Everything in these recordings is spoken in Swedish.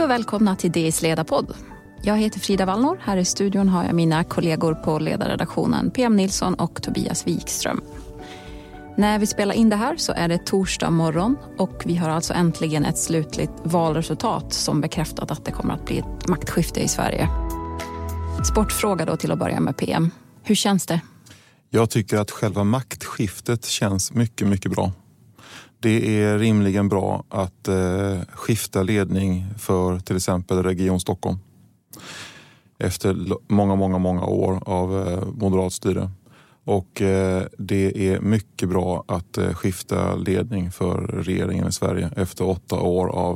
Hej och välkomna till DIs ledarpodd. Jag heter Frida Wallnor. Här i studion har jag mina kollegor på ledarredaktionen PM Nilsson och Tobias Wikström. När vi spelar in det här så är det torsdag morgon och vi har alltså äntligen ett slutligt valresultat som bekräftat att det kommer att bli ett maktskifte i Sverige. Sportfråga då till att börja med PM. Hur känns det? Jag tycker att själva maktskiftet känns mycket, mycket bra. Det är rimligen bra att skifta ledning för till exempel Region Stockholm. Efter många år av moderatstyre. Och det är mycket bra att skifta ledning för regeringen i Sverige efter 8 år av,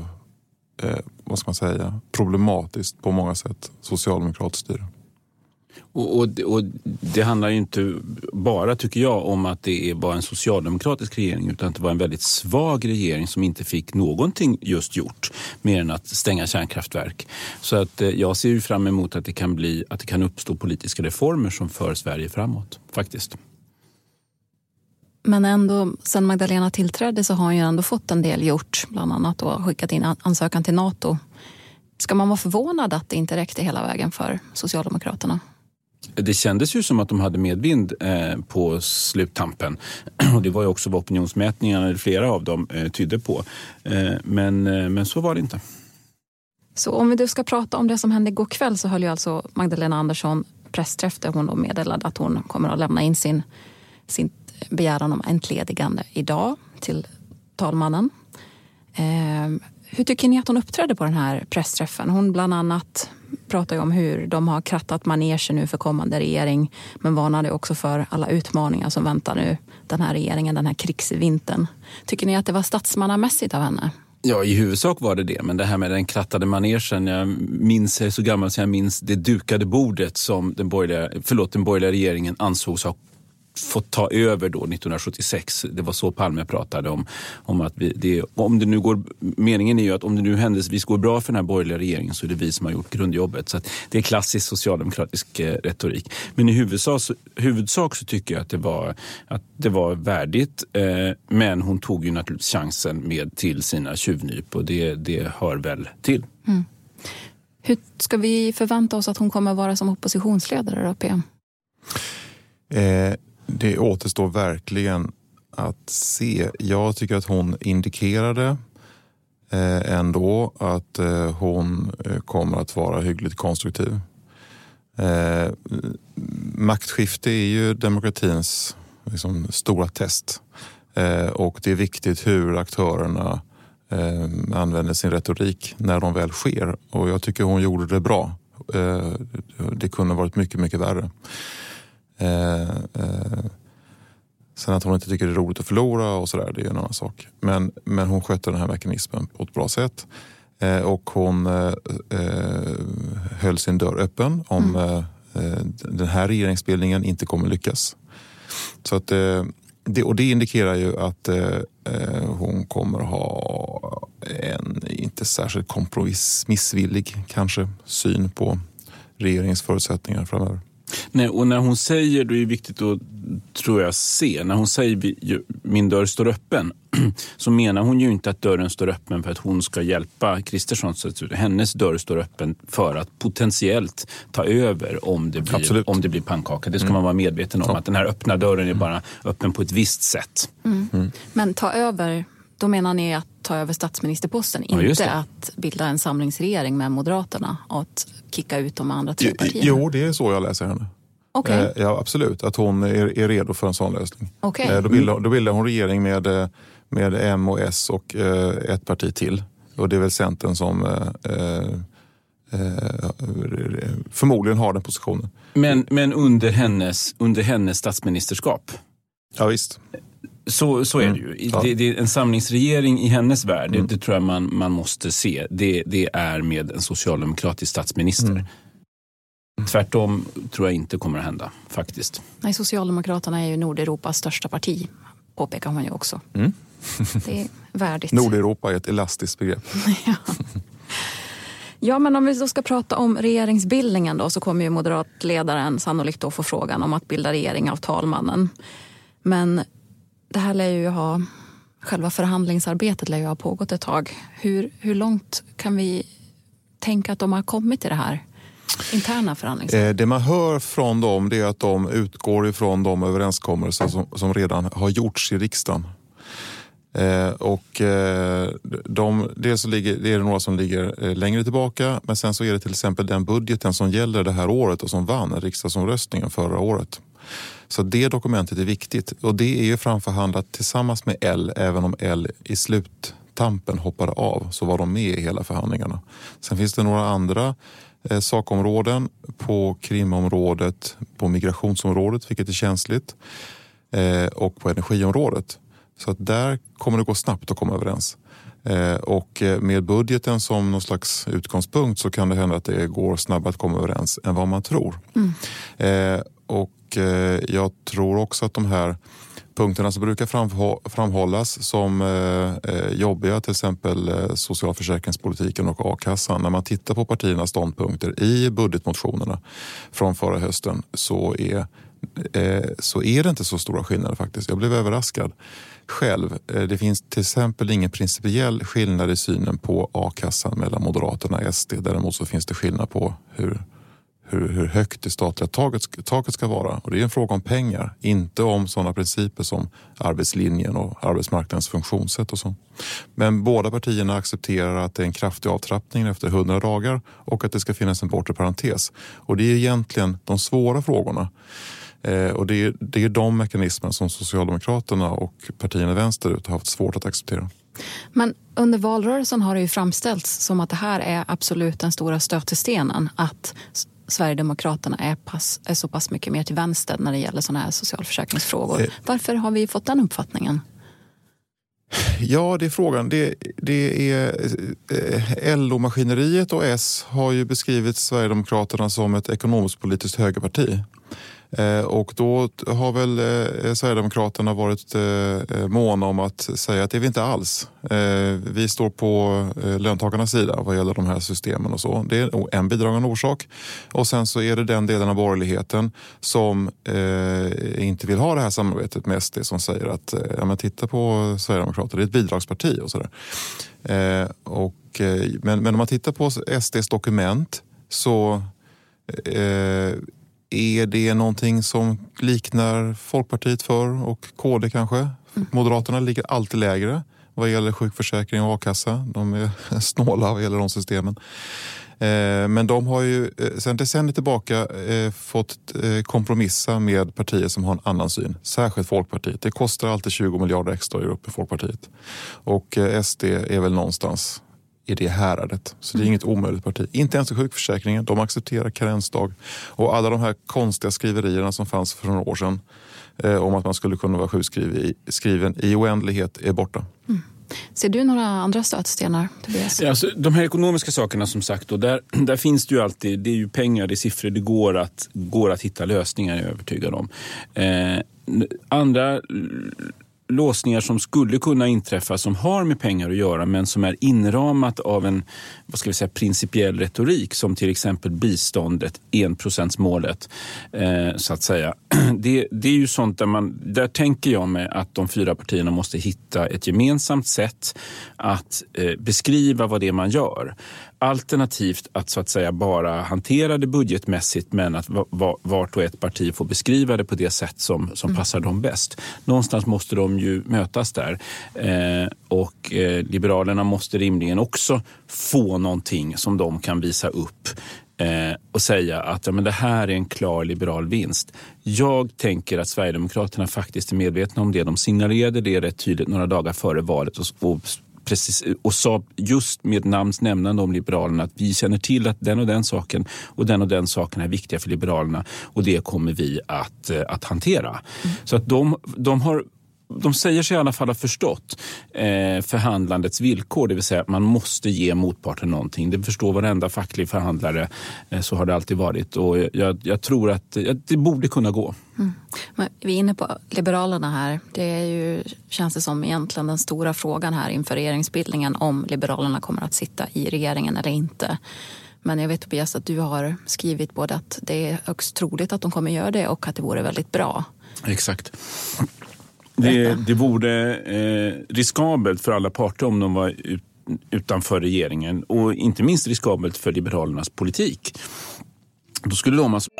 problematiskt på många sätt socialdemokratiskt styre. Och det handlar ju inte bara, tycker jag, om att det var en socialdemokratisk regering, utan att det var en väldigt svag regering som inte fick någonting just gjort mer än att stänga kärnkraftverk. Så att jag ser ju fram emot att det kan uppstå politiska reformer som för Sverige framåt, faktiskt. Men ändå, sen Magdalena tillträdde så har hon ju ändå fått en del gjort, bland annat då skickat in ansökan till NATO. Ska man vara förvånad att det inte räckte hela vägen för Socialdemokraterna? Det kändes ju som att de hade medvind på sluttampen. Och det var ju också vad opinionsmätningarna, flera av dem, tydde på. Men så var det inte. Så om vi då ska prata om det som hände igår kväll så höll ju alltså Magdalena Andersson pressträff där hon då meddelade att hon kommer att lämna in sin begäran om entledigande idag till talmannen. Hur tycker ni att hon uppträdde på den här pressträffen? Hon bland annat pratar ju om hur de har krattat manegen nu för kommande regering, men varnade också för alla utmaningar som väntar nu den här regeringen, den här krigsvintern. Tycker ni att det var statsmannamässigt av henne? Ja, i huvudsak var det, men det här med den krattade manegen, jag är så gammal så jag minns det dukade bordet som den borgerliga regeringen ansågs ha fått ta över då 1976. Det var så Palme pratade om att meningen är ju att om det nu händelsevis går bra för den här borgerliga regeringen så är det vi som har gjort grundjobbet. Så att det är klassisk socialdemokratisk retorik. Men i huvudsak så tycker jag att det var värdigt, men hon tog ju naturligtvis chansen med till sina tjuvnyp och det hör väl till. Mm. Hur ska vi förvänta oss att hon kommer vara som oppositionsledare då, PM? Det återstår verkligen att se. Jag tycker att hon indikerade ändå att hon kommer att vara hyggligt konstruktiv. Maktskifte är ju demokratins stora test. Och det är viktigt hur aktörerna använder sin retorik när de väl sker. Och jag tycker hon gjorde det bra. Det kunde ha varit mycket, mycket värre. Sen att hon inte tycker det är roligt att förlora och sådär, det är en annan sak. Men hon skötte den här mekanismen på ett bra sätt. Och hon höll sin dörr öppen om den här regeringsbildningen inte kommer lyckas. Så att det indikerar ju att hon kommer ha en inte särskilt kompromissvillig kanske syn på regeringens förutsättningar framöver. Nej, och när hon säger, det är viktigt att, tror jag, se, när hon säger min dörr står öppen, så menar hon ju inte att dörren står öppen för att hon ska hjälpa Kristersson. Hennes dörr står öppen för att potentiellt ta över om det blir pannkaka. Det ska man vara medveten om, att den här öppna dörren är bara öppen på ett visst sätt. Men ta över, då menar ni att ta över statsministerposten, inte att bilda en samlingsregering med Moderaterna och att kicka ut de andra tre partierna? Jo, det är så jag läser henne. Okay. Ja, absolut. Att hon är redo för en sån lösning. Okay. Då bildar hon regering med M och S och ett parti till. Och det är väl Centern som förmodligen har den positionen. Men under hennes statsministerskap? Ja, visst. Så är det ju. Ja. Det är en samlingsregering i hennes värld. Det tror jag man måste se. Det är med en socialdemokratisk statsminister. Tvärtom tror jag inte kommer att hända, faktiskt. Nej, Socialdemokraterna är ju Nordeuropas största parti, påpekar man ju också. Det är värdigt. Nordeuropa är ett elastiskt begrepp. Ja, men om vi då ska prata om regeringsbildningen då, så kommer ju moderatledaren sannolikt då få frågan om att bilda regering av talmannen. Men det här lär ju ha, själva förhandlingsarbetet lär ju ha pågått ett tag. Hur långt kan vi tänka att de har kommit till det här interna förhandlingsbordet? Det man hör från dem det är att de utgår ifrån de överenskommelser som redan har gjorts i riksdagen. Det är några som ligger längre tillbaka, men sen så är det till exempel den budgeten som gäller det här året och som vann riksdagsomröstningen förra året. Så det dokumentet är viktigt och det är ju framförhandlat tillsammans med L, även om L i sluttampen hoppade av så var de med i hela förhandlingarna. Sen finns det några andra sakområden på krimområdet, på migrationsområdet, vilket är känsligt, och på energiområdet. Så att där kommer det gå snabbt att komma överens. Och med budgeten som någon slags utgångspunkt så kan det hända att det går snabbare att komma överens än vad man tror. Och jag tror också att de här punkterna som brukar framhållas som jobbiga, till exempel socialförsäkringspolitiken och a-kassan. När man tittar på partiernas ståndpunkter i budgetmotionerna från förra hösten så är det inte så stora skillnader faktiskt. Jag blev överraskad själv. Det finns till exempel ingen principiell skillnad i synen på a-kassan mellan Moderaterna och SD. Däremot så finns det skillnad på hur högt det statliga taket ska vara. Och det är en fråga om pengar, inte om sådana principer som arbetslinjen och arbetsmarknadens funktionssätt och så. Men båda partierna accepterar att det är en kraftig avtrappning efter 100 dagar och att det ska finnas en bortre parentes. Och det är egentligen de svåra frågorna. Och det är de mekanismer som Socialdemokraterna och partierna vänsterut har haft svårt att acceptera. Men under valrörelsen har det ju framställts som att det här är absolut den stora stötestenen, att Sverigedemokraterna är så pass mycket mer till vänster när det gäller sådana här socialförsäkringsfrågor. Varför har vi fått den uppfattningen? Ja, det är frågan. Det är LO-maskineriet och S har ju beskrivit Sverigedemokraterna som ett ekonomisk-politiskt högerparti. Och då har väl Sverigedemokraterna varit måna om att säga att det är vi inte alls. Vi står på löntagarnas sida vad gäller de här systemen och så. Det är en bidragande orsak. Och sen så är det den delen av borgerligheten som inte vill ha det här samarbetet med SD som säger att men titta på Sverigedemokraterna, det är ett bidragsparti och sådär. Men om man tittar på SDs dokument så är det någonting som liknar Folkpartiet för och KD kanske? Moderaterna ligger alltid lägre vad gäller sjukförsäkring och a-kassa. De är snåla vad gäller de systemen. Men de har ju sedan decennier tillbaka fått kompromissa med partier som har en annan syn. Särskilt Folkpartiet. Det kostar alltid 20 miljarder extra att göra upp i Folkpartiet. Och SD är väl någonstans i det häradet. Så det är inget omöjligt parti. Inte ens i sjukförsäkringen. De accepterar karensdag. Och alla de här konstiga skriverierna som fanns för några år sedan om att man skulle kunna vara sjukskriven i oändlighet är borta. Ser du några andra stötstenar, Tobias? Ja, alltså, de här ekonomiska sakerna som sagt, och där finns det ju alltid, det är ju pengar, det är siffror, det går att hitta lösningar, jag är övertygad om. Andra låsningar som skulle kunna inträffa som har med pengar att göra men som är inramat av en, vad ska vi säga, principiell retorik som till exempel biståndet, 1%-målet så att säga. Det är ju sånt där tänker jag med att de fyra partierna måste hitta ett gemensamt sätt att beskriva vad det är man gör. Alternativt att så att säga bara hantera det budgetmässigt men att vart och ett parti får beskriva det på det sätt som passar dem bäst. Någonstans måste de ju mötas där och Liberalerna måste rimligen också få någonting som de kan visa upp och säga att ja, men det här är en klar liberal vinst. Jag tänker att Sverigedemokraterna faktiskt är medvetna om det. De signalerade det rätt tydligt några dagar före valet och sa just med namns nämnande om Liberalerna att vi känner till att den och den saken är viktiga för Liberalerna och det kommer vi att hantera. Så att de säger sig i alla fall ha förstått förhandlandets villkor, det vill säga att man måste ge motparten någonting. Det förstår varenda facklig förhandlare, så har det alltid varit och jag tror att det borde kunna gå. Men vi är inne på Liberalerna här. Det är ju, känns det som egentligen den stora frågan här inför regeringsbildningen om Liberalerna kommer att sitta i regeringen eller inte. Men jag vet Tobias att du har skrivit både att det är högst troligt att de kommer göra det och att det vore väldigt bra. Exakt. Det vore riskabelt för alla parter om de var utanför regeringen och inte minst riskabelt för Liberalernas politik. Då skulle de alltså...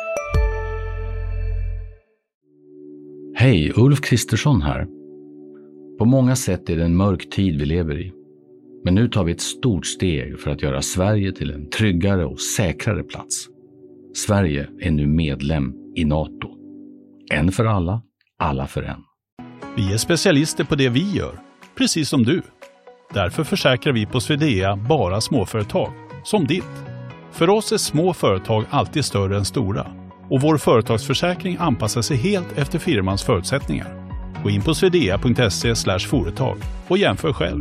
Hej, Ulf Kristersson här. På många sätt är det en mörk tid vi lever i. Men nu tar vi ett stort steg för att göra Sverige till en tryggare och säkrare plats. Sverige är nu medlem i NATO. En för alla, alla för en. Vi är specialister på det vi gör, precis som du. Därför försäkrar vi på Swedea bara småföretag, som ditt. För oss är små företag alltid större än stora. Och vår företagsförsäkring anpassar sig helt efter firmans förutsättningar. Gå in på swedea.se/företag och jämför själv.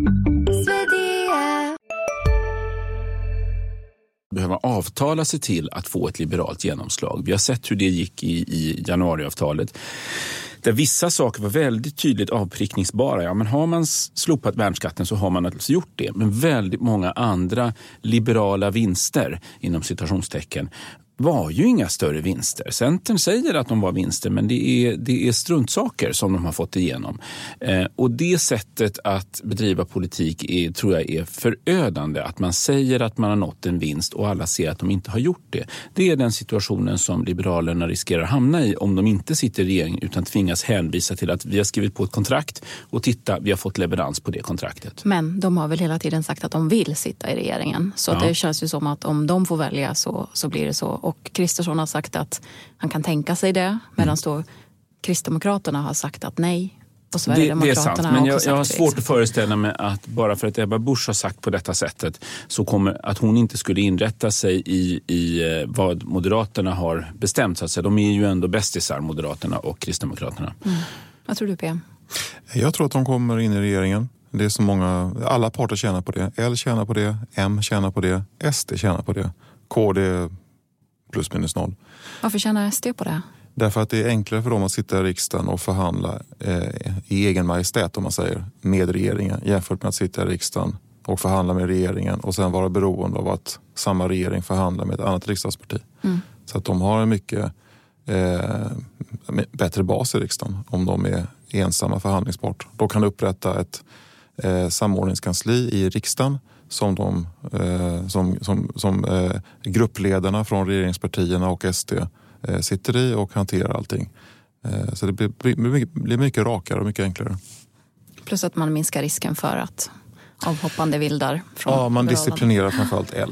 Behöva avtala sig till att få ett liberalt genomslag. Vi har sett hur det gick i januariavtalet. Där vissa saker var väldigt tydligt avprickningsbara. Ja, men har man slopat värnskatten så har man naturligtvis gjort det. Men väldigt många andra liberala vinster inom citationstecken var ju inga större vinster. Centern säger att de var vinster, men det är struntsaker som de har fått igenom. Och det sättet att bedriva politik tror jag är förödande. Att man säger att man har nått en vinst och alla ser att de inte har gjort det. Det är den situationen som Liberalerna riskerar hamna i om de inte sitter i regering utan tvingas hänvisa till att vi har skrivit på ett kontrakt och titta, vi har fått leverans på det kontraktet. Men de har väl hela tiden sagt att de vill sitta i regeringen. Så det känns ju som att om de får välja så blir det så. Och Kristersson har sagt att han kan tänka sig det, medan då Kristdemokraterna har sagt att nej. Och Sverigedemokraterna det är sant, men jag har svårt att föreställa mig att bara för att Ebba Busch har sagt på detta sättet så kommer att hon inte skulle inrätta sig i vad Moderaterna har bestämt. Så att säga. De är ju ändå bästisar, Moderaterna och Kristdemokraterna. Vad tror du, PM? Jag tror att de kommer in i regeringen. Det är så många, alla parter tjänar på det. L tjänar på det, M tjänar på det, SD tjänar på det, KD plus minus noll. Varför tjänar SD på det? Därför att det är enklare för dem att sitta i riksdagen och förhandla i egen majestät, om man säger, med regeringen jämfört med att sitta i riksdagen och förhandla med regeringen och sen vara beroende av att samma regering förhandlar med ett annat riksdagsparti. Så att de har en mycket bättre bas i riksdagen om de är ensamma förhandlingspart. Då kan upprätta ett samordningskansli i riksdagen som gruppledarna från regeringspartierna och SD sitter i och hanterar allting. Så det blir mycket rakare och mycket enklare. Plus att man minskar risken för att avhoppande vildar från man Liberalerna. disciplinerar framförallt L.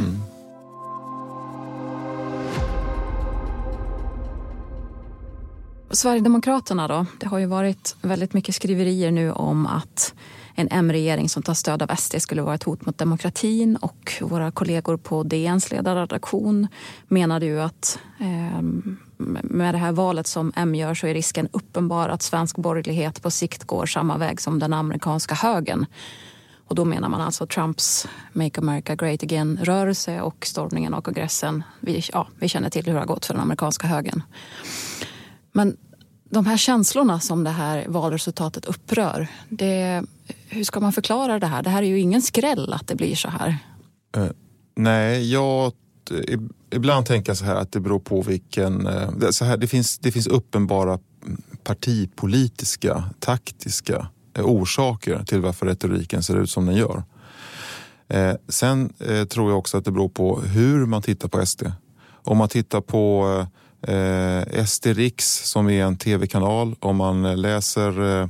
Sverigedemokraterna då, det har ju varit väldigt mycket skriverier nu om att en M-regering som tar stöd av SD skulle vara ett hot mot demokratin, och våra kollegor på DNs ledarredaktion menade ju att med det här valet som M gör så är risken uppenbar att svensk borgerlighet på sikt går samma väg som den amerikanska högern. Och då menar man alltså Trumps Make America Great Again-rörelse och stormningen av kongressen. Vi känner till hur det har gått för den amerikanska högern. Men de här känslorna som det här valresultatet upprör, hur ska man förklara det här? Det här är ju ingen skräll att det blir så här. Nej, ibland tänker jag så här att det beror på vilken... Det finns uppenbara partipolitiska, taktiska orsaker till varför retoriken ser ut som den gör. Sen tror jag också att det beror på hur man tittar på SD. Om man tittar på SD Riks som är en tv-kanal, om man läser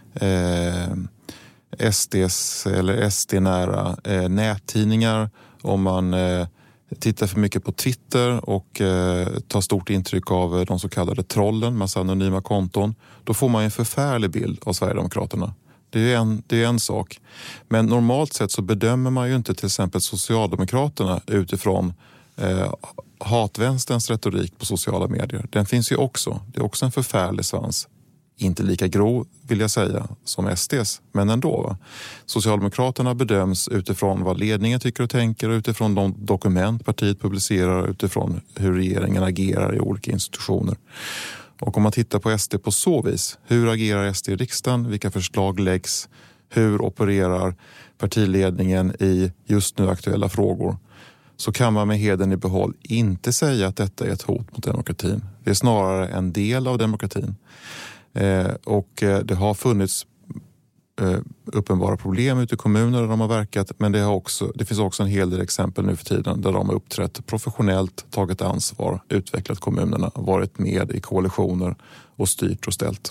SDs eller SD-nära nättidningar, om man tittar för mycket på Twitter och tar stort intryck av de så kallade trollen, massa anonyma konton, då får man en förfärlig bild av Sverigedemokraterna. Det är en sak. Men normalt sett så bedömer man ju inte till exempel Socialdemokraterna utifrån hatvänsterns retorik på sociala medier. Den finns ju också. Det är också en förfärlig svans. Inte lika grov vill jag säga som SDs, men ändå. Va? Socialdemokraterna bedöms utifrån vad ledningen tycker och tänker, utifrån de dokument partiet publicerar, utifrån hur regeringen agerar i olika institutioner. Och om man tittar på SD på så vis, hur agerar SD i riksdagen, vilka förslag läggs, hur opererar partiledningen i just nu aktuella frågor, så kan man med heden i behåll inte säga att detta är ett hot mot demokratin. Det är snarare en del av demokratin. Och det har funnits uppenbara problem ute i kommuner där de har verkat, men det finns också en hel del exempel nu för tiden där de har uppträtt professionellt, tagit ansvar, utvecklat kommunerna, varit med i koalitioner och styrt och ställt.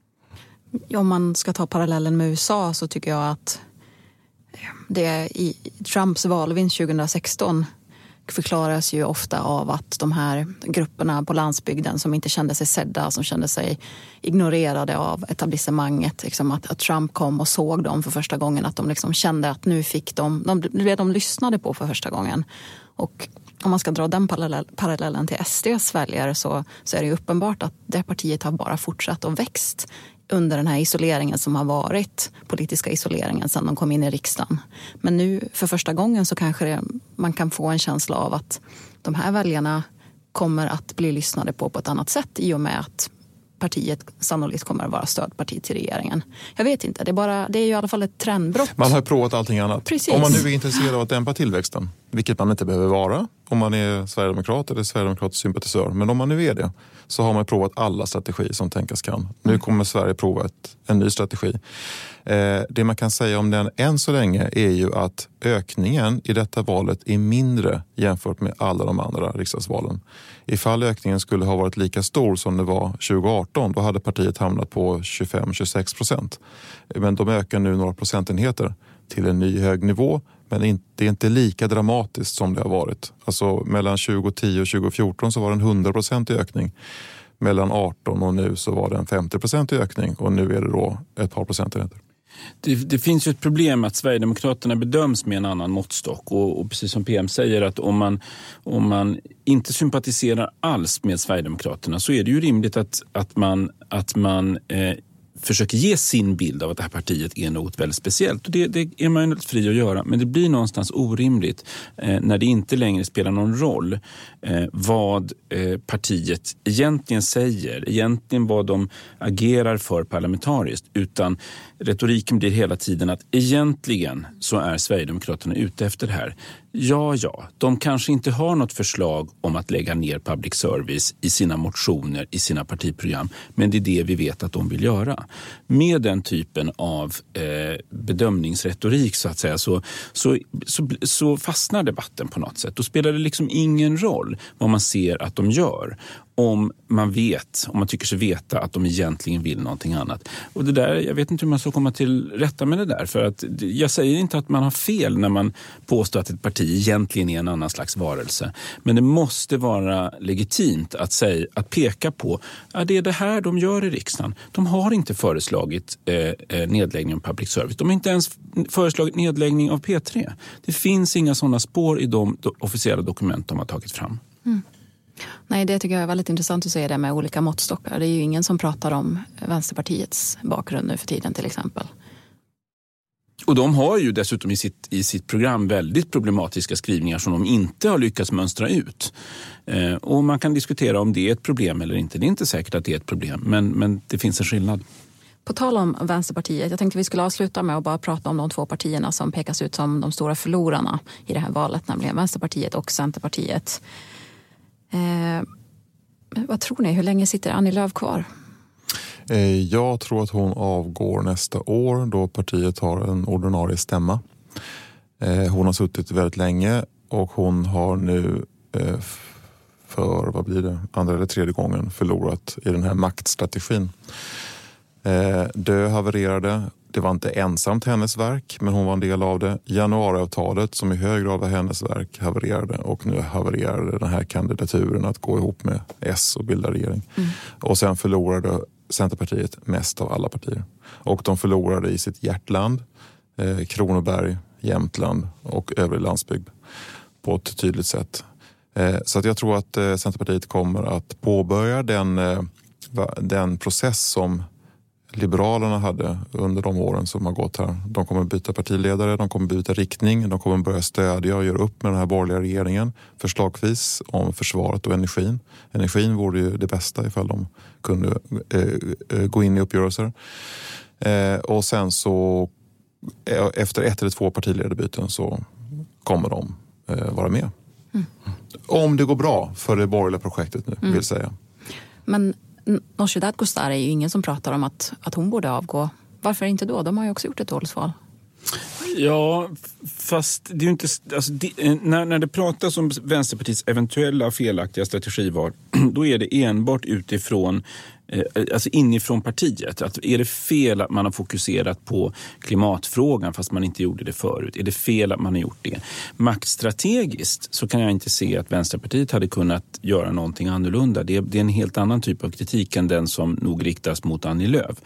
Om man ska ta parallellen med USA så tycker jag att det i Trumps valvinst 2016 förklaras ju ofta av att de här grupperna på landsbygden som inte kände sig sedda, som kände sig ignorerade av etablissemanget, liksom att Trump kom och såg dem för första gången, att de liksom kände att nu fick de lyssnade på för första gången. Och om man ska dra den parallellen till SDs väljare så är det ju uppenbart att det partiet har bara fortsatt och växt under den här isoleringen som har varit, politiska isoleringen sedan de kom in i riksdagen. Men nu för första gången så kanske man kan få en känsla av att de här väljarna kommer att bli lyssnade på ett annat sätt i och med att partiet sannolikt kommer att vara stödparti till regeringen. Jag vet inte, det är ju i alla fall ett trendbrott. Man har provat allting annat. Precis. Om man nu är intresserad av att dämpa tillväxten, vilket man inte behöver vara om man är sverigedemokrat eller sverigedemokratisk sympatisör, men om man nu är det så har man provat alla strategier som tänkas kan. Nu kommer Sverige prova en ny strategi. Det man kan säga om den än så länge är ju att ökningen i detta valet är mindre jämfört med alla de andra riksdagsvalen. Ifall ökningen skulle ha varit lika stor som det var 2018, då hade partiet hamnat på 25-26%. Men de ökar nu några procentenheter till en ny hög nivå, men det är inte lika dramatiskt som det har varit. Alltså mellan 2010 och 2014 så var det en 100% ökning. Mellan 18 och nu så var det en 50% ökning och nu är det då ett par procentenheter. Det finns ju ett problem att Sverigedemokraterna bedöms med en annan måttstock och precis som PM säger att om man inte sympatiserar alls med Sverigedemokraterna så är det ju rimligt att man försöker ge sin bild av att det här partiet är något väldigt speciellt. Och det är man ju fri att göra, men det blir någonstans orimligt när det inte längre spelar någon roll vad partiet egentligen säger, egentligen vad de agerar för parlamentariskt, utan retoriken blir hela tiden att egentligen så är Sverigedemokraterna ute efter det här. Ja, de kanske inte har något förslag om att lägga ner public service i sina motioner, i sina partiprogram, men det är det vi vet att de vill göra. Med den typen av bedömningsretorik så att säga så fastnar debatten på något sätt. Då spelar det liksom ingen roll vad man ser att de gör om man tycker sig veta att de egentligen vill någonting annat. Och det där, jag vet inte hur man ska komma till rätta med det där, för att jag säger inte att man har fel när man påstår att ett parti egentligen är en annan slags varelse. Men det måste vara legitimt att peka på att det är det här de gör i riksdagen. De har inte föreslagit nedläggning av public service. De har inte ens föreslagit nedläggning av P3. Det finns inga sådana spår i de officiella dokument de har tagit fram. Mm. Nej, det tycker jag är väldigt intressant att säga det med olika måttstockar. Det är ju ingen som pratar om Vänsterpartiets bakgrund nu för tiden till exempel. Och de har ju dessutom i sitt program väldigt problematiska skrivningar som de inte har lyckats mönstra ut. Och man kan diskutera om det är ett problem eller inte. Det är inte säkert att det är ett problem, men det finns en skillnad. På tal om Vänsterpartiet, jag tänkte vi skulle avsluta med att bara prata om de två partierna som pekas ut som de stora förlorarna i det här valet, nämligen Vänsterpartiet och Centerpartiet. Vad tror ni? Hur länge sitter Annie Lööf kvar? Jag tror att hon avgår nästa år då partiet har en ordinarie stämma. Hon har suttit väldigt länge och hon har nu för, andra eller tredje gången förlorat i den här maktstrategin. Dö havererade. Det var inte ensamt hennes verk, men hon var en del av det. Januariavtalet, som i hög grad var hennes verk, havererade. Och nu havererade den här kandidaturen att gå ihop med S och bilda regering. Mm. Och sen förlorade Centerpartiet mest av alla partier. Och de förlorade i sitt hjärtland, Kronoberg, Jämtland och övrig landsbygd på ett tydligt sätt. Så att jag tror att Centerpartiet kommer att påbörja den process som Liberalerna hade under de åren som har gått här. De kommer byta partiledare, de kommer byta riktning, de kommer börja stödja och göra upp med den här borgerliga regeringen förslagsvis om försvaret och energin. Energin vore ju det bästa ifall de kunde gå in i uppgörelser. Och sen så efter 1 eller 2 partiledarbyten så kommer de vara med. Mm. Om det går bra för det borgerliga projektet nu, vill säga. Men Nooshi Dadgostar är ju ingen som pratar om att hon borde avgå. Varför inte då? De har ju också gjort ett dåligt val. Ja, fast det är ju inte... Alltså när det pratas om Vänsterpartiets eventuella felaktiga strategival, då är det enbart utifrån, alltså inifrån partiet. Att är det fel att man har fokuserat på klimatfrågan fast man inte gjorde det förut? Är det fel att man har gjort det? Maktstrategiskt så kan jag inte se att Vänsterpartiet hade kunnat göra någonting annorlunda. Det är en helt annan typ av kritik än den som nog riktas mot Annie Lööf.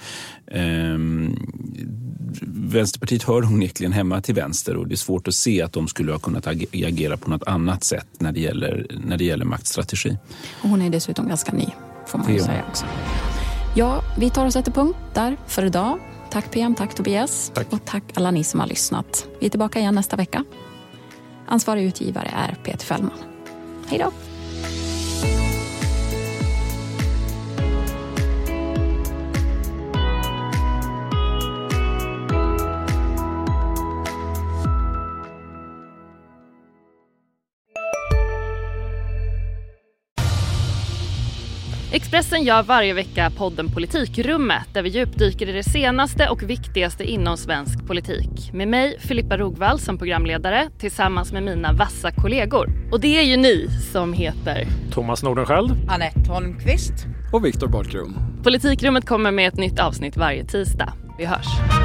Vänsterpartiet hör onekligen hemma till vänster och det är svårt att se att de skulle ha kunnat agera på något annat sätt när det gäller maktstrategi. Och hon är dessutom ganska ny, får man ju säga också. Ja, vi tar och sätter punkt där för idag. Tack PM, tack Tobias. Tack. Och tack alla ni som har lyssnat. Vi är tillbaka igen nästa vecka. Ansvarig utgivare är Peter Fällman. Hej då! Expressen gör varje vecka podden Politikrummet där vi djupdyker i det senaste och viktigaste inom svensk politik. Med mig, Filippa Rogvall, som programledare tillsammans med mina vassa kollegor. Och det är ju ni som heter Thomas Nordenskjöld, Anette Holmqvist och Viktor Bartkron. Politikrummet kommer med ett nytt avsnitt varje tisdag. Vi hörs.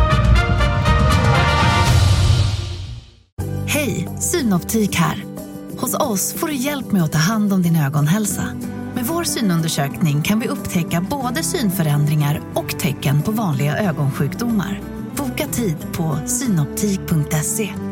Hej, Synoptik här. Hos oss får du hjälp med att ta hand om din ögonhälsa. Med vår synundersökning kan vi upptäcka både synförändringar och tecken på vanliga ögonsjukdomar. Boka tid på synoptik.se.